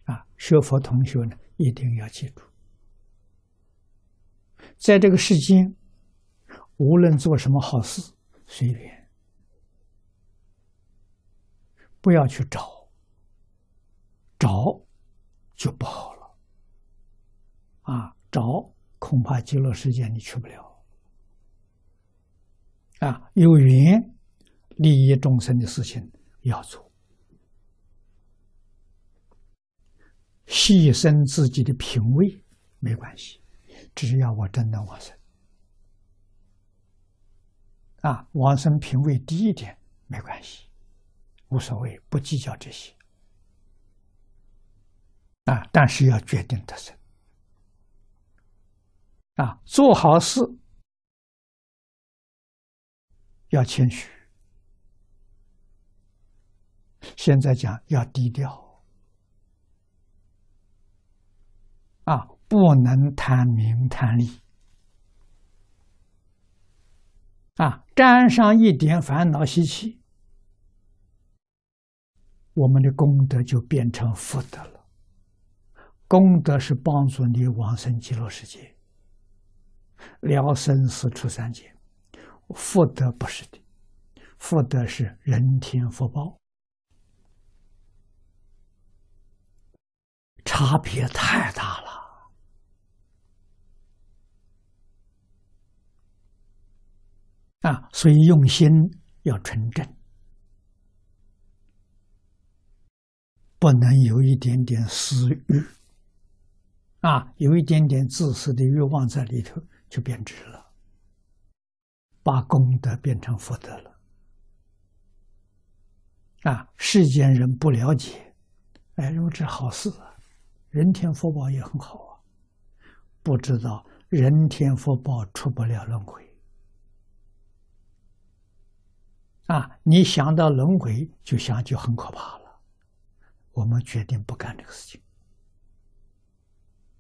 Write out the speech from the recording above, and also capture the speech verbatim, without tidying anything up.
啊，学佛同学呢，一定要记住，在这个世间，无论做什么好事，随缘，不要去找，找就不好了。啊，找恐怕极乐世界你去不了。啊，有缘利益众生的事情要做，牺牲自己的品位没关系，只要我真能往生。啊，往生品位低一点没关系，无所谓，不计较这些。啊，但是要决定得生。啊，做好事要谦虚，现在讲要低调。啊，不能贪名贪利。啊，沾上一点烦恼习气，我们的功德就变成福德了。功德是帮助你往生极乐世界，了生死出三界。福德不是的，福德是人天福报，差别太大了。啊，所以用心要纯正，不能有一点点私欲，啊，有一点点自私的欲望在里头，就变质了，把功德变成福德了。啊，世间人不了解，哎，认为这好事啊，人天福报也很好啊，不知道人天福报出不了轮回。啊，你想到轮回就想就很可怕了，我们决定不干这个事情。